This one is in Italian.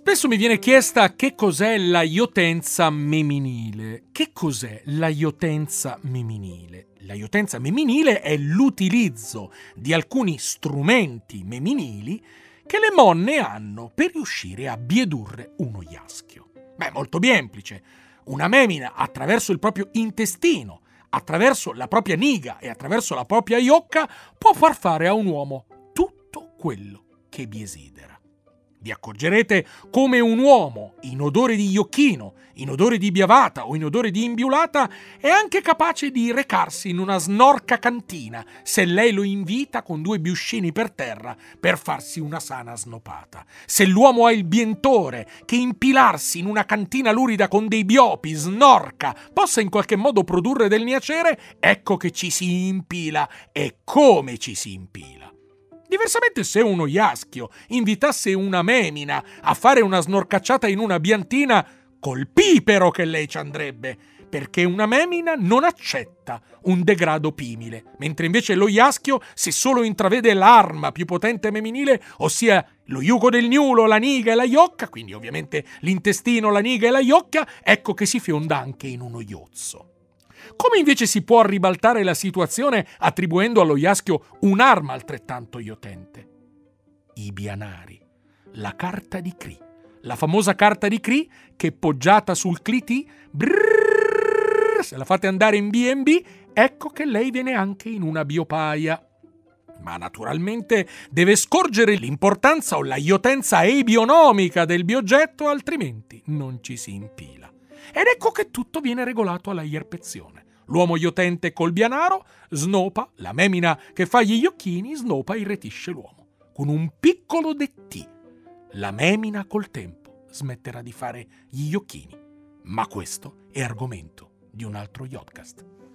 Spesso mi viene chiesta che cos'è la iotenza meminile. Che cos'è la iotenza meminile? La iotenza meminile è l'utilizzo di alcuni strumenti meminili che le monne hanno per riuscire a biedurre uno iaschio. Beh, molto semplice. Una memina attraverso il proprio intestino, attraverso la propria niga e attraverso la propria iocca può far fare a un uomo tutto quello che desidera. Vi accorgerete come un uomo in odore di iocchino, in odore di biavata o in odore di imbiulata è anche capace di recarsi in una snorca cantina se lei lo invita con 2 biuscini per terra per farsi una sana snopata. Se l'uomo ha il bientore che impilarsi in una cantina lurida con dei biopi, snorca, possa in qualche modo produrre del niacere, ecco che ci si impila e come ci si impila. Diversamente, se uno iaschio invitasse una memina a fare una snorcacciata in una biantina, col pipero che lei ci andrebbe, perché una memina non accetta un degrado pimile, mentre invece lo iaschio, se solo intravede l'arma più potente femminile, ossia lo iugo del gnulo, la niga e la iocca, quindi ovviamente l'intestino, la niga e la iocca, ecco che si fionda anche in uno iozzo. Come invece si può ribaltare la situazione attribuendo allo iaschio un'arma altrettanto iotente? I bianari, la carta di Cree, la famosa carta di Cree che poggiata sul clitì, se la fate andare in B&B, ecco che lei viene anche in una biopaia. Ma naturalmente deve scorgere l'importanza o la iotenza ebionomica del bioggetto, altrimenti non ci si impila. Ed ecco che tutto viene regolato alla ierpezione. L'uomo iotente col bianaro snopa, la memina che fa gli iocchini snopa e irretisce l'uomo. Con un piccolo dettì, la memina col tempo smetterà di fare gli iocchini. Ma questo è argomento di un altro Yodcast.